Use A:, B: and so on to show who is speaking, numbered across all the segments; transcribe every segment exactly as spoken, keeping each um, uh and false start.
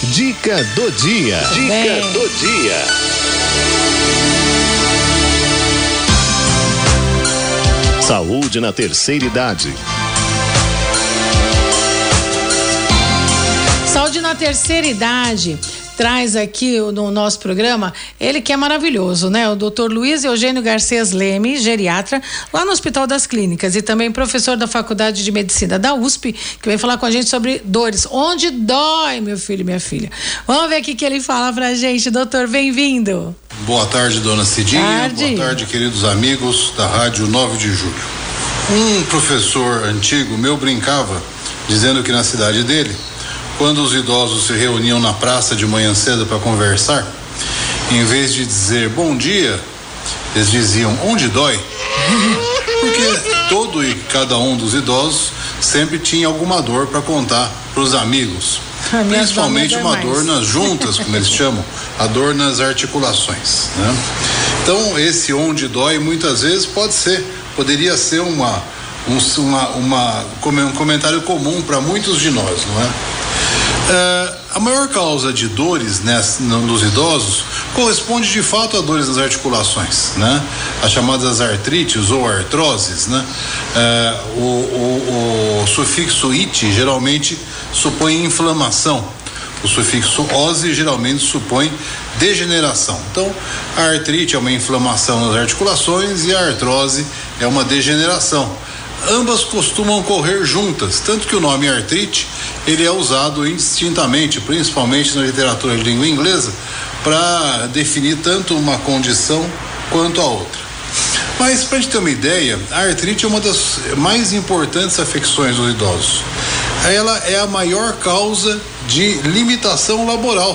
A: Dica do dia. Dica
B: Bem.
A: do dia. Saúde na terceira idade.
B: Saúde na terceira idade traz aqui no nosso programa, ele que é maravilhoso, né? O doutor Luiz Eugênio Garcês Leme, geriatra, lá no Hospital das Clínicas, e também professor da Faculdade de Medicina da U S P, que vem falar com a gente sobre dores. Onde dói, meu filho e minha filha? Vamos ver aqui que ele fala pra gente. Doutor, bem-vindo.
C: Boa tarde, dona Cidinha.
B: Tarde.
C: Boa tarde, queridos amigos da Rádio nove de julho. Um professor antigo meu brincava, dizendo que na cidade dele, quando os idosos se reuniam na praça de manhã cedo para conversar, em vez de dizer bom dia, eles diziam onde dói? Porque todo e cada um dos idosos sempre tinha alguma dor para contar para os amigos. Principalmente uma dor nas juntas, como eles chamam, a dor nas articulações, né? Então, esse onde dói muitas vezes pode ser, poderia ser uma, um, uma, uma, um comentário comum para muitos de nós, não é? Uh, a maior causa de dores nessa, nos idosos corresponde de fato a dores nas articulações, né? As chamadas artrites ou artroses, né? Uh, o, o, o sufixo ite geralmente supõe inflamação, o sufixo ose geralmente supõe degeneração. Então, a artrite é uma inflamação nas articulações e a artrose é uma degeneração. Ambas costumam correr juntas, tanto que o nome artrite ele é usado indistintamente, principalmente na literatura de língua inglesa, para definir tanto uma condição quanto a outra. Mas, para a gente ter uma ideia, a artrite é uma das mais importantes afecções dos idosos. Ela é a maior causa de limitação laboral.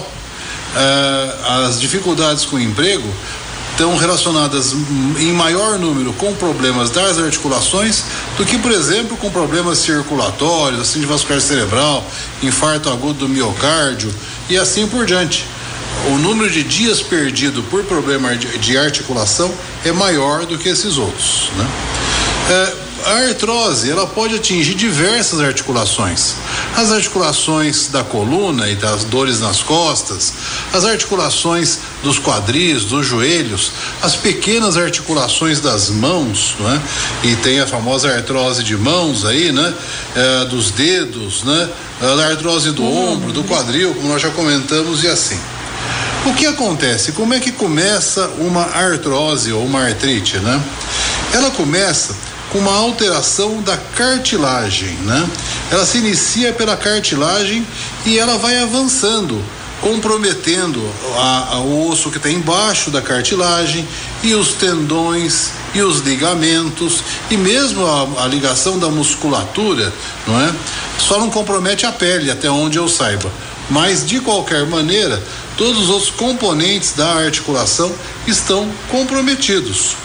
C: Uh, as dificuldades com o emprego estão relacionadas em maior número com problemas das articulações do que, por exemplo, com problemas circulatórios, acidente vascular cerebral, infarto agudo do miocárdio e assim por diante. O número de dias perdido por problema de articulação é maior do que esses outros, né? É, a artrose, ela pode atingir diversas articulações. As articulações da coluna e das dores nas costas, as articulações dos quadris, dos joelhos, as pequenas articulações das mãos, né? E tem a famosa artrose de mãos aí, né? É, dos dedos, né? A artrose do hum. ombro, do quadril, como nós já comentamos, e assim. O que acontece? Como é que começa uma artrose ou uma artrite, né? Ela começa com uma alteração da cartilagem, né? Ela se inicia pela cartilagem e ela vai avançando, comprometendo a, a, o osso que está embaixo da cartilagem e os tendões e os ligamentos e mesmo a, a ligação da musculatura, não é? Só não compromete a pele, até onde eu saiba. Mas, de qualquer maneira, todos os outros componentes da articulação estão comprometidos.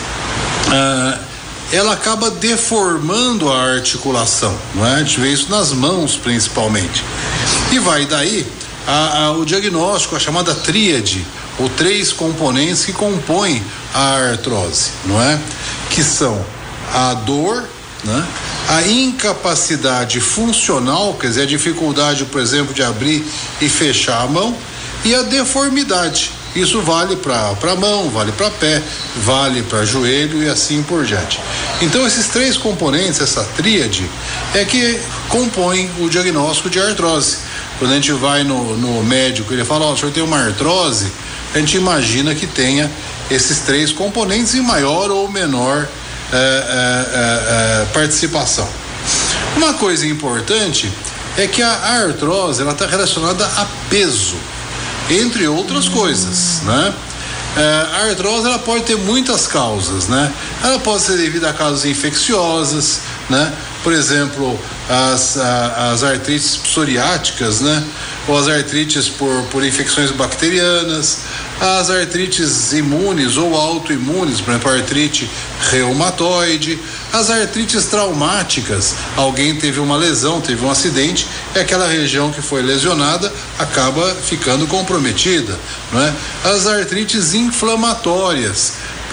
C: Ah, ela acaba deformando a articulação, não é? A gente vê isso nas mãos, principalmente. E vai daí a, a, o diagnóstico, a chamada tríade, ou três componentes que compõem a artrose, não é? Que são a dor, né? A incapacidade funcional, quer dizer, a dificuldade, por exemplo, de abrir e fechar a mão, e a deformidade. Isso vale para a mão, vale para pé, vale para joelho e assim por diante. Então, esses três componentes, essa tríade, é que compõem o diagnóstico de artrose. Quando a gente vai no, no médico, ele fala, ó, oh, o senhor tem uma artrose, a gente imagina que tenha esses três componentes em maior ou menor é, é, é, participação. Uma coisa importante é que a artrose, ela está relacionada a peso, entre outras coisas, né? É, a artrose, ela pode ter muitas causas, né? Ela pode ser devida a causas infecciosas, né? Por exemplo, as, a, as artrites psoriáticas, né? Ou as artrites por, por infecções bacterianas, as artrites imunes ou autoimunes, por exemplo, a artrite reumatoide, as artrites traumáticas, alguém teve uma lesão, teve um acidente, e aquela região que foi lesionada acaba ficando comprometida, não é? As artrites inflamatórias,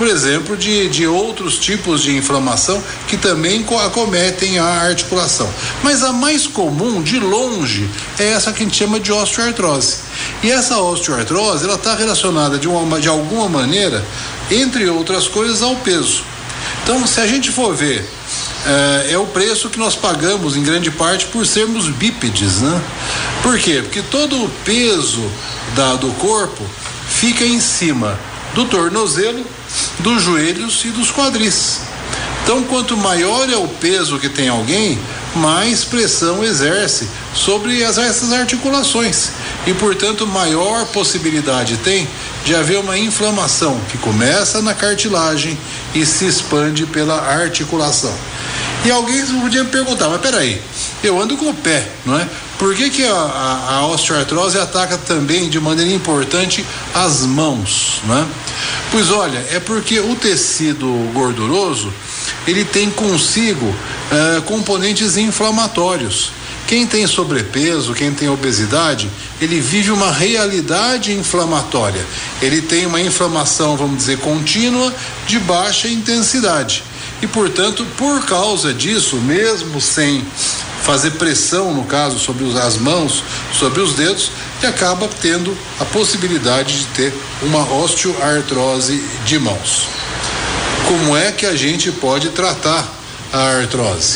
C: por exemplo, de, de outros tipos de inflamação que também acometem a articulação. Mas a mais comum, de longe, é essa que a gente chama de osteoartrose. E essa osteoartrose, ela está relacionada de, uma, de alguma maneira, entre outras coisas, ao peso. Então, se a gente for ver, é, é o preço que nós pagamos, em grande parte, por sermos bípedes, né? Por quê? Porque todo o peso da, do corpo fica em cima do tornozelo, dos joelhos e dos quadris. Então, quanto maior é o peso que tem alguém, mais pressão exerce sobre as, essas articulações e, portanto, maior possibilidade tem de haver uma inflamação que começa na cartilagem e se expande pela articulação. E alguém podia me perguntar, mas peraí, eu ando com o pé, não é? Por que que a, a, a osteoartrose ataca também de maneira importante as mãos, não é? Pois olha, é porque o tecido gorduroso, ele tem consigo uh, componentes inflamatórios. Quem tem sobrepeso, quem tem obesidade, ele vive uma realidade inflamatória. Ele tem uma inflamação, vamos dizer, contínua, de baixa intensidade. E, portanto, por causa disso, mesmo sem fazer pressão, no caso, sobre as mãos, sobre os dedos, ele acaba tendo a possibilidade de ter uma osteoartrose de mãos. Como é que a gente pode tratar a artrose?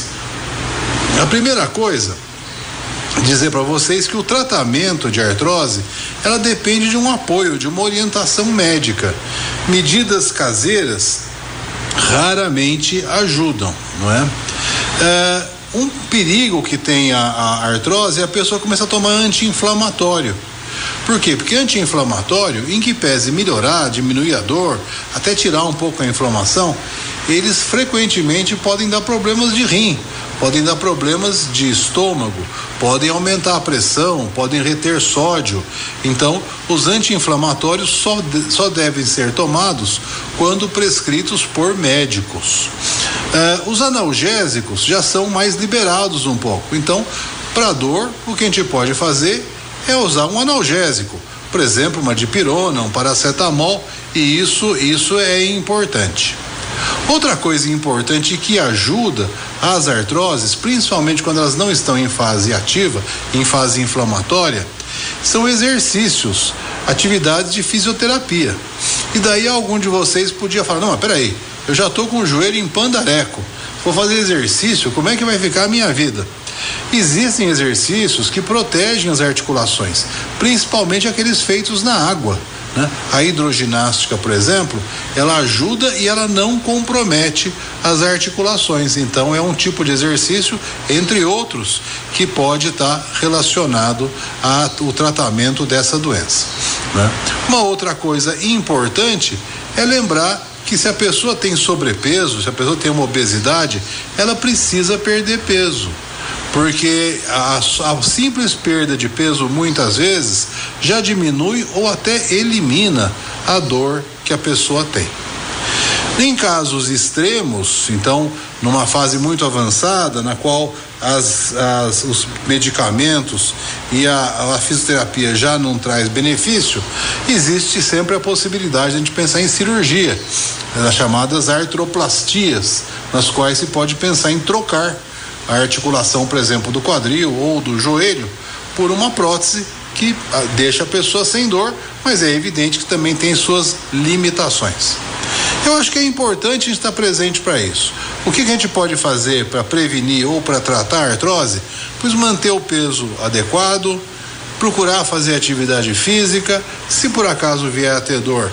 C: A primeira coisa, dizer para vocês que o tratamento de artrose, ela depende de um apoio, de uma orientação médica. Medidas caseiras raramente ajudam, não é? É um perigo que tem a, a artrose é a pessoa começar a tomar anti-inflamatório. Por quê? Porque anti-inflamatório, em que pese melhorar, diminuir a dor, até tirar um pouco a inflamação, eles frequentemente podem dar problemas de rim, podem dar problemas de estômago, podem aumentar a pressão, podem reter sódio. Então, os anti-inflamatórios só, de, só devem ser tomados quando prescritos por médicos. Uh, os analgésicos já são mais liberados um pouco. Então, para dor, o que a gente pode fazer é usar um analgésico, por exemplo, uma dipirona, um paracetamol, e isso, isso é importante. Outra coisa importante que ajuda as artroses, principalmente quando elas não estão em fase ativa, em fase inflamatória, são exercícios, atividades de fisioterapia. E daí algum de vocês podia falar, não, mas peraí, eu já estou com o joelho em pandareco, vou fazer exercício, como é que vai ficar a minha vida? Existem exercícios que protegem as articulações, principalmente aqueles feitos na água, né? A hidroginástica, por exemplo, ela ajuda e ela não compromete as articulações. Então é um tipo de exercício, entre outros, que pode estar relacionado ao tratamento dessa doença, né? Uma outra coisa importante é lembrar que se a pessoa tem sobrepeso, se a pessoa tem uma obesidade, ela precisa perder peso. Porque a, a simples perda de peso muitas vezes já diminui ou até elimina a dor que a pessoa tem. Em casos extremos, então, numa fase muito avançada, na qual as, as, os medicamentos e a, a fisioterapia já não traz benefício, existe sempre a possibilidade de a gente pensar em cirurgia, as chamadas artroplastias, nas quais se pode pensar em trocar a articulação, por exemplo, do quadril ou do joelho por uma prótese que deixa a pessoa sem dor, mas é evidente que também tem suas limitações. Eu acho que é importante a gente estar presente para isso. O que a gente pode fazer para prevenir ou para tratar a artrose? Pois manter o peso adequado, procurar fazer atividade física, se por acaso vier a ter dor,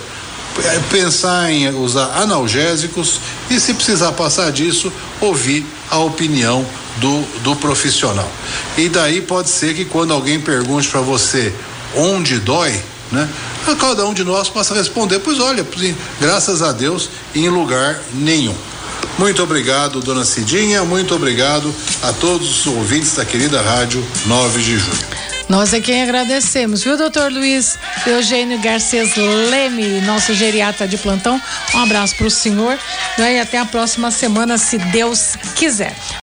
C: pensar em usar analgésicos e, se precisar passar disso, ouvir a opinião do, do profissional. E daí pode ser que quando alguém pergunte para você onde dói, né? Cada um de nós possa responder, pois olha, graças a Deus, em lugar nenhum. Muito obrigado, dona Cidinha, muito obrigado a todos os ouvintes da querida Rádio nove de julho.
B: Nós é quem agradecemos, viu, doutor Luiz Eugênio Garcês Leme, nosso geriatra de plantão. Um abraço para o senhor, né? E até a próxima semana, se Deus quiser.